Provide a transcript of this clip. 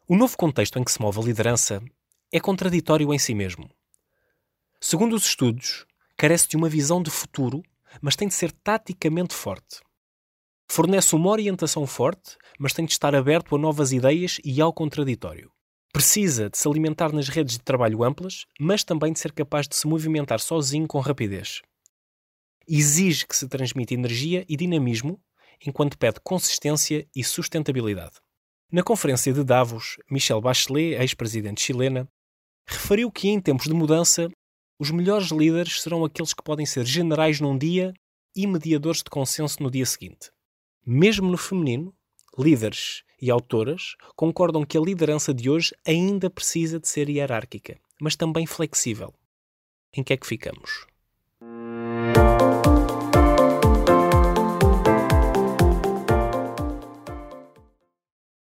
O novo contexto em que se move a liderança é contraditório em si mesmo. Segundo os estudos, carece de uma visão de futuro, mas tem de ser taticamente forte. Fornece uma orientação forte, mas tem de estar aberto a novas ideias e ao contraditório. Precisa de se alimentar nas redes de trabalho amplas, mas também de ser capaz de se movimentar sozinho com rapidez. Exige que se transmita energia e dinamismo, enquanto pede consistência e sustentabilidade. Na conferência de Davos, Michelle Bachelet, ex-presidente chilena, referiu que em tempos de mudança, os melhores líderes serão aqueles que podem ser generais num dia e mediadores de consenso no dia seguinte. Mesmo no feminino, líderes e autoras concordam que a liderança de hoje ainda precisa de ser hierárquica, mas também flexível. Em que é que ficamos?